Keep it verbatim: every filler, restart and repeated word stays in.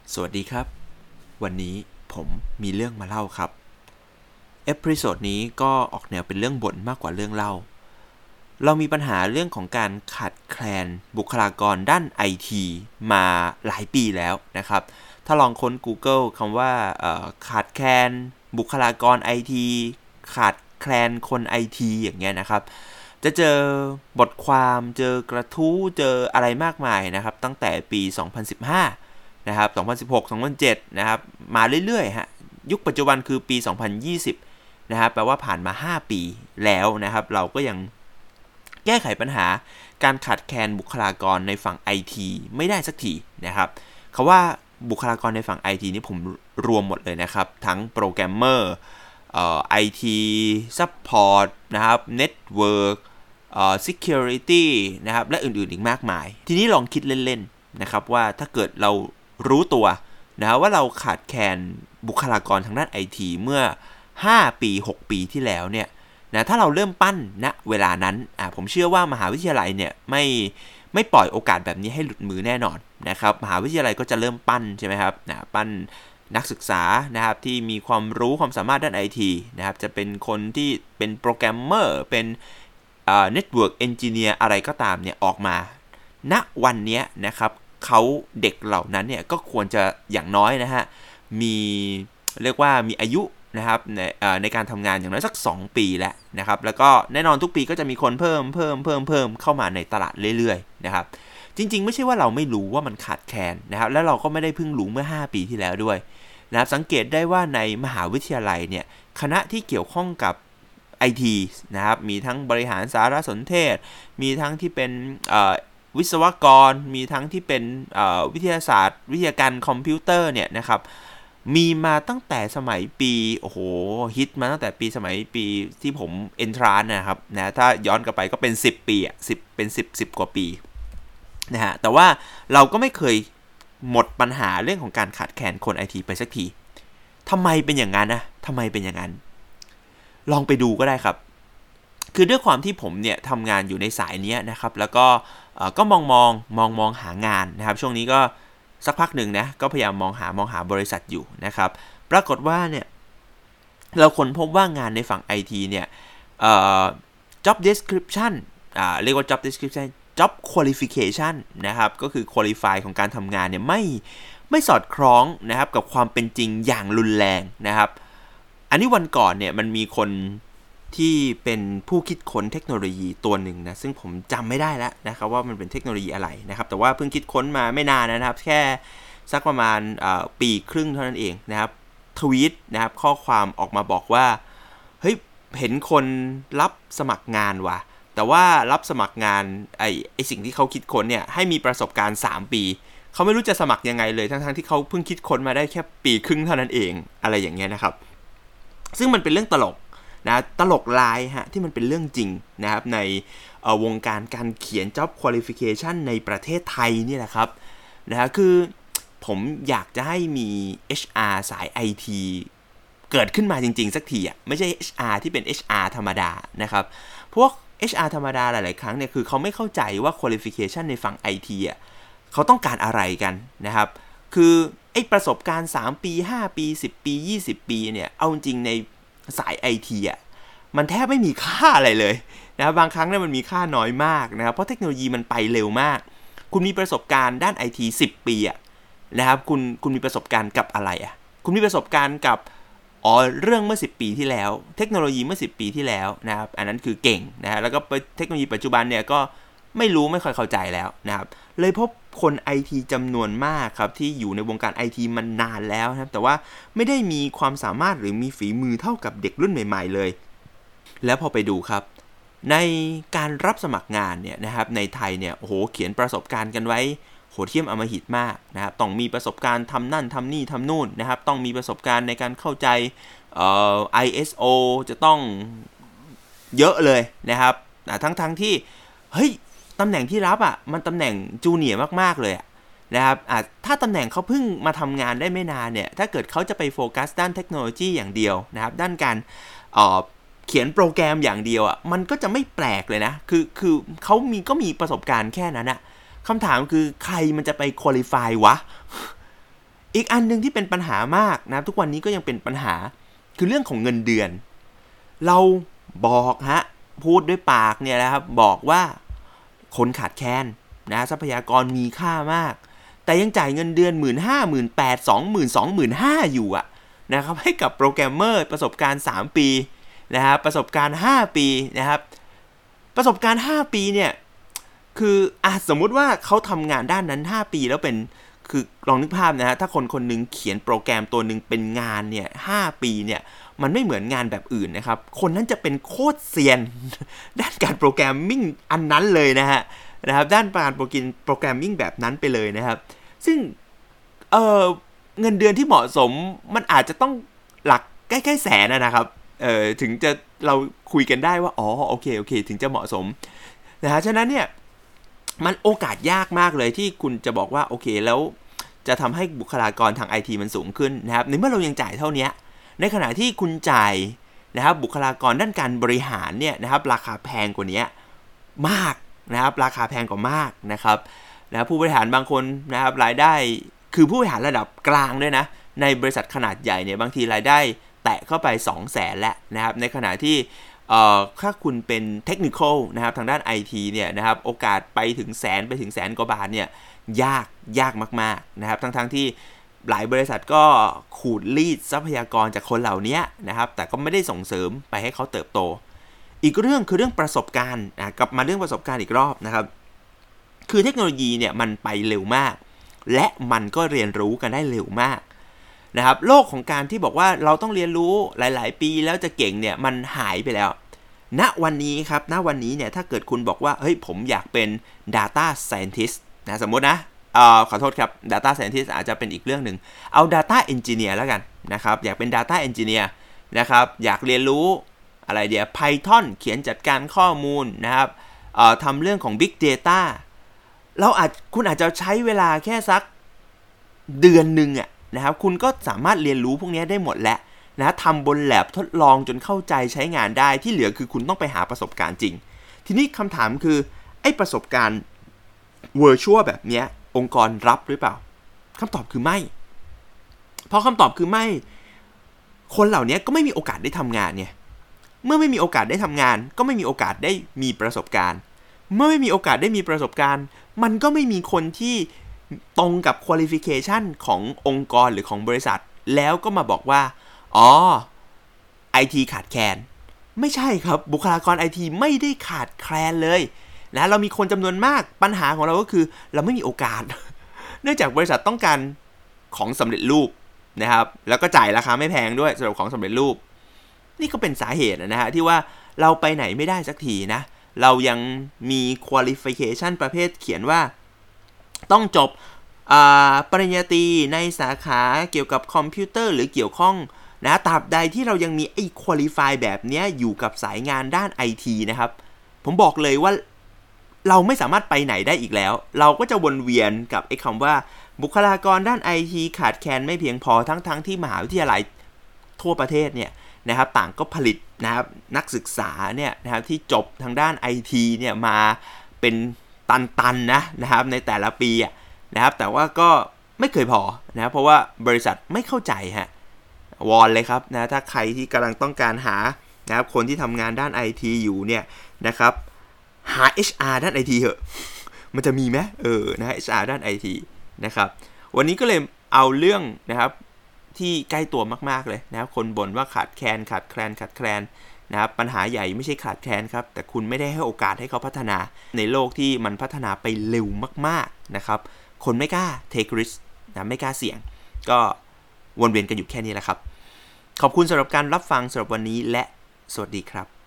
สวัสดีครับวันนี้ผมมีเรื่องมาเล่าครับเอพิโซดนี้ก็ออกแนวเป็นเรื่องบ่นมากกว่าเรื่องเล่าเรามีปัญหาเรื่องของการขาดแคลนบุคลากรด้าน ไอ ที มาหลายปีแล้วนะครับถ้าลองค้น Google คำว่าขาดแคลนบุคลากร ไอ ที ขาดแคลนคน ไอ ที อย่างเงี้ยนะครับจะเจอบทความเจอกระทู้เจออะไรมากมายนะครับตั้งแต่ปีสองพันสิบห้านะครับสองพันสิบหก สองพันเจ็ดนะครับมาเรื่อยๆฮะยุคปัจจุบันคือปีสองพันยี่สิบนะครับแปลว่าผ่านมาห้าปีแล้วนะครับเราก็ยังแก้ไขปัญหาการขาดแคลนบุคลากรในฝั่ง ไอ ที ไม่ได้สักทีนะครับคำว่าบุคลากรในฝั่ง ไอ ที นี่ผมรวมหมดเลยนะครับทั้งโปรแกรมเมอร์เอ่อ ไอ ที Support นะครับ Network เอ่อ Security นะครับและอื่นๆอีกมากมายทีนี้ลองคิดเล่นๆนะครับว่าถ้าเกิดเรารู้ตัวนะว่าเราขาดแคลนบุคลากรทางด้าน ไอ ที เมื่อห้าปีหกปีที่แล้วเนี่ยนะถ้าเราเริ่มปั้นณนะเวลานั้นอ่าผมเชื่อว่ามหาวิทยาลัยเนี่ยไม่ไม่ปล่อยโอกาสแบบนี้ให้หลุดมือแน่นอนนะครับมหาวิทยาลัยก็จะเริ่มปั้นใช่ไหมครับนะปั้นนักศึกษานะครับที่มีความรู้ความสามารถด้าน ไอ ที นะครับจะเป็นคนที่เป็นโปรแกรมเมอร์เป็นเอ่อ Network Engineer อะไรก็ตามเนี่ยออกมาณวันนี้นะครับเขาเด็กเหล่านั้นเนี่ยก็ควรจะอย่างน้อยนะฮะมีเรียกว่ามีอายุนะครับในในการทำงานอย่างน้อยสักสองปีแล้วนะครับแล้วก็แน่นอนทุกปีก็จะมีคนเพิ่มเพิ่มเพิ่มเพิ่มเข้ามาในตลาดเรื่อยๆนะครับจริงๆไม่ใช่ว่าเราไม่รู้ว่ามันขาดแคลนนะครับแล้วเราก็ไม่ได้เพิ่งรู้เมื่อห้าปีที่แล้วด้วยนะครับสังเกตได้ว่าในมหาวิทยาลัยเนี่ยคณะที่เกี่ยวข้องกับ ไอ ที นะครับมีทั้งบริหารสารสนเทศมีทั้งที่เป็นวิศวกรมีทั้งที่เป็นวิทยาศาสตร์วิทยาการคอมพิวเตอร์เนี่ยนะครับมีมาตั้งแต่สมัยปีโอ้โหฮิตมาตั้งแต่ปีสมัยปีที่ผมเอนทรานซ์นะครับนะถ้าย้อนกลับไปก็เป็นสิบปีอ่ะสิบเป็นสิบ สิบกว่าปีนะฮะแต่ว่าเราก็ไม่เคยหมดปัญหาเรื่องของการขาดแคลนคน ไอ ที ไปสักทีทำไมเป็นอย่างนั้นนะทำไมเป็นอย่างนั้นลองไปดูก็ได้ครับคือด้วยความที่ผมเนี่ยทำงานอยู่ในสายนี้นะครับแล้วก็ก็มองมองมองมองหางานนะครับช่วงนี้ก็สักพักหนึ่งนะก็พยายามมองหามองหาบริษัทอยู่นะครับปรากฏว่าเนี่ยเราค้นพบว่างานในฝั่ง ไอ ที เนี่ยเอ่อ job description อ่าเรียกว่า job description job qualification นะครับก็คือ qualify ของการทำงานเนี่ยไม่ไม่สอดคล้องนะครับกับความเป็นจริงอย่างรุนแรงนะครับอันนี้วันก่อนเนี่ยมันมีคนที่เป็นผู้คิดค้นเทคโนโลยีตัวหนึ่งนะซึ่งผมจำไม่ได้แล้วนะครับว่ามันเป็นเทคโนโลยีอะไรนะครับแต่ว่าเพิ่งคิดค้นมาไม่นานนะครับแค่สักประมาณปีครึ่งเท่านั้นเองนะครับทวีตนะครับข้อความออกมาบอกว่าเฮ้ยเห็นคนรับสมัครงานว่ะแต่ว่ารับสมัครงานไอ้ไอ้สิ่งที่เขาคิดค้นเนี่ยให้มีประสบการณ์สามปีเขาไม่รู้จะสมัครยังไงเลยทั้งๆที่เขาเพิ่งคิดค้นมาได้แค่ปีครึ่งเท่านั้นเองอะไรอย่างเงี้ยนะครับซึ่งมันเป็นเรื่องตลกนะตลกลายฮะที่มันเป็นเรื่องจริงนะครับในวงการการเขียน job qualification ในประเทศไทยนี่แหละครับนะฮะคือผมอยากจะให้มี เอช อาร์ สาย ไอ ที เกิดขึ้นมาจริงๆสักทีอ่ะไม่ใช่ เอช อาร์ ที่เป็น เอช อาร์ ธรรมดานะครับพวก เอช อาร์ ธรรมดาหลายๆครั้งเนี่ยคือเขาไม่เข้าใจว่า qualification ในฝั่ง ไอ ที อ่ะเขาต้องการอะไรกันนะครับคือไอ้ประสบการณ์สามปีห้าปีสิบปียี่สิบปีเนี่ยเอาจริงในสาย ไอ ที อ่ะมันแทบไม่มีค่าอะไรเลยนะบางครั้งเนี่ยมันมีค่าน้อยมากนะครับเพราะเทคโนโลยีมันไปเร็วมากคุณมีประสบการณ์ด้าน ไอ ที สิบปีอ่ะนะครับคุณคุณมีประสบการณ์กับอะไรอ่ะคุณมีประสบการณ์กับอ๋อเรื่องเมื่อสิบปีที่แล้วเทคโนโลยีเมื่อสิบปีที่แล้วนะครับอันนั้นคือเก่งนะฮะแล้วก็เทคโนโลยีปัจจุบันเนี่ยก็ไม่รู้ไม่ค่อยเข้าใจแล้วนะครับเลยพบคน ไอ ที จำนวนมากครับที่อยู่ในวงการ ไอ ที มันนานแล้วนะครับแต่ว่าไม่ได้มีความสามารถหรือมีฝีมือเท่ากับเด็กรุ่นใหม่ๆเลยแล้วพอไปดูครับในการรับสมัครงานเนี่ยนะครับในไทยเนี่ยโอ้โหเขียนประสบการณ์กันไว้โหเทียมอำมหิตมากนะครับต้องมีประสบการณ์ทำนั่นทำนี่ทำนู่นนะครับต้องมีประสบการณ์ในการเข้าใจเอ่อ ไอ เอส โอ จะต้องเยอะเลยนะครับทั้งๆ ท, ที่เฮ้ยตำแหน่งที่รับอ่ะมันตำแหน่งจูเนียร์มากๆเลยนะครับถ้าตำแหน่งเขาเพิ่งมาทำงานได้ไม่นานเนี่ยถ้าเกิดเขาจะไปโฟกัสด้านเทคโนโลยีอย่างเดียวนะครับด้านการเอ่อเขียนโปรแกรมอย่างเดียวอ่ะมันก็จะไม่แปลกเลยนะคือคือเขามีก็มีประสบการณ์แค่นั้นอ่ะคำถามคือใครมันจะไปควอลิฟายวะอีกอันนึงที่เป็นปัญหามากนะทุกวันนี้ก็ยังเป็นปัญหาคือเรื่องของเงินเดือนเราบอกฮะพูดด้วยปากเนี่ยนะครับบอกว่าคนขาดแคลนนะทรัพยากรมีค่ามากแต่ยังจ่ายเงินเดือน หนึ่งหมื่นห้าพัน หนึ่งหมื่นแปดพัน สองหมื่น สองหมื่นห้าพัน อยู่อะนะครับให้กับโปรแกรมเมอร์ประสบการณ์สามปีนะครับประสบการณ์ห้าปีนะครับประสบการณ์ห้าปีเนี่ยคืออ่ะสมมุติว่าเขาทำงานด้านนั้นห้าปีแล้วเป็นคือลองนึกภาพนะฮะถ้าคนคนนึงเขียนโปรแกรมตัวนึงเป็นงานเนี่ยห้าปีเนี่ยมันไม่เหมือนงานแบบอื่นนะครับคนนั้นจะเป็นโคตรเซียนด้านการโปรแกรมมิ่งอันนั้นเลยนะฮะนะครับด้านการโปรแกรมมิ่งแบบนั้นไปเลยนะครับซึ่งเออเงินเดือนที่เหมาะสมมันอาจจะต้องหลักใกล้ๆแสนนะครับเออถึงจะเราคุยกันได้ว่าอ๋อโอเคโอเคถึงจะเหมาะสมนะฮะฉะนั้นเนี่ยมันโอกาสยากมากเลยที่คุณจะบอกว่าโอเคแล้วจะทำให้บุคลากรทาง ไอ ที มันสูงขึ้นนะครับในเมื่อเรายังจ่ายเท่านี้ในขณะที่คุณจ่ายนะครับบุคลากรด้านการบริหารเนี่ยนะครับราคาแพงกว่านี้มากนะครับราคาแพงกว่ามากนะครับนะผู้บริหารบางคนนะครับรายได้คือผู้บริหารระดับกลางด้วยนะในบริษัทขนาดใหญ่เนี่ยบางทีรายได้แตะเข้าไป สองแสน แล้วนะครับในขณะที่เอ่อถ้าคุณเป็นเทคนิคอลนะครับทางด้าน ไอ ที เนี่ยนะครับโอกาสไปถึงแสนไปถึงแสนกว่าบาทเนี่ยยากยากมากๆนะครับทั้งๆที่หลายบริษัทก็ขูดรีดทรัพยากรจากคนเหล่านี้นะครับแต่ก็ไม่ได้ส่งเสริมไปให้เขาเติบโตอีกเรื่องคือเรื่องประสบการณ์นะกลับมาเรื่องประสบการณ์อีกรอบนะครับคือเทคโนโลยีเนี่ยมันไปเร็วมากและมันก็เรียนรู้กันได้เร็วมากนะครับโลกของการที่บอกว่าเราต้องเรียนรู้หลายๆปีแล้วจะเก่งเนี่ยมันหายไปแล้วณวันนี้ครับณวันนี้เนี่ยถ้าเกิดคุณบอกว่าเฮ้ยผมอยากเป็น data scientist นะสมมตินะเอ่อขอโทษครับ data scientist อาจจะเป็นอีกเรื่องหนึ่งเอา data engineer แล้วกันนะครับอยากเป็น data engineer นะครับอยากเรียนรู้อะไรเดี๋ยว Python เขียนจัดการข้อมูลนะครับเอ่อทำเรื่องของ Big Data เราอาจคุณอาจจะใช้เวลาแค่สักเดือนนึงอะนะครับคุณก็สามารถเรียนรู้พวกนี้ได้หมดแล้วนะทำบนแลบทดลองจนเข้าใจใช้งานได้ที่เหลือคือคุณต้องไปหาประสบการณ์จริงทีนี้คำถามคือไอ้ประสบการณ์ virtual แบบนี้องค์กรรับหรือเปล่าคำตอบคือไม่เพราะคำตอบคือไม่คนเหล่านี้ก็ไม่มีโอกาสได้ทำงานเนี่ยเมื่อไม่มีโอกาสได้ทำงานก็ไม่มีโอกาสได้มีประสบการณ์เมื่อไม่มีโอกาสได้มีประสบการณ์มันก็ไม่มีคนที่ตรงกับ qualification ขององค์กรหรือของบริษัทแล้วก็มาบอกว่าอ๋อ ไอ ที ขาดแคลนไม่ใช่ครับบุคลากร ไอ ที ไม่ได้ขาดแคลนเลยนะเรามีคนจำนวนมากปัญหาของเราก็คือเราไม่มีโอกาส เนื่องจากบริษัทต้องการของสำเร็จรูปนะครับแล้วก็จ่ายราคาไม่แพงด้วยสำหรับของสำเร็จรูปนี่ก็เป็นสาเหตุนะฮะที่ว่าเราไปไหนไม่ได้สักทีนะเรายังมี qualification ประเภทเขียนว่าต้องจบปริญญาตรีในสาขาเกี่ยวกับคอมพิวเตอร์หรือเกี่ยวข้องนะตราบใดที่เรายังมีไอ้ qualify แบบนี้อยู่กับสายงานด้าน ไอ ที นะครับผมบอกเลยว่าเราไม่สามารถไปไหนได้อีกแล้วเราก็จะวนเวียนกับไอ้คำว่าบุคลากรด้าน ไอ ที ขาดแคลนไม่เพียงพอทั้งๆที่มหาวิทยาลัยทั่วประเทศเนี่ยนะครับต่างก็ผลิตนะครับนักศึกษาเนี่ยนะครับที่จบทางด้าน ไอ ที เนี่ยมาเป็นตันๆนะนะครับในแต่ละปีนะครับแต่ว่าก็ไม่เคยพอนะเพราะว่าบริษัทไม่เข้าใจฮะวอนเลยครับนะถ้าใครที่กำลังต้องการหานะครับคนที่ทำงานด้าน ไอ ที อยู่เนี่ยนะครับหา เอช อาร์ ด้าน ไอ ที เหอะมันจะมีไหมเออนะ เอช อาร์ ด้าน ไอ ที นะครับวันนี้ก็เลยเอาเรื่องนะครับที่ใกล้ตัวมากๆเลยนะครับคนบ่นว่าขาดแคลนขาดแคลนขาดแคลนนะครับปัญหาใหญ่ไม่ใช่ขาดแคลนครับแต่คุณไม่ได้ให้โอกาสให้เขาพัฒนาในโลกที่มันพัฒนาไปเร็วมากๆนะครับคนไม่กล้า take risk นะไม่กล้าเสี่ยงก็วนเวียนกันอยู่แค่นี้แหละครับขอบคุณสำหรับการรับฟังสำหรับวันนี้และสวัสดีครับ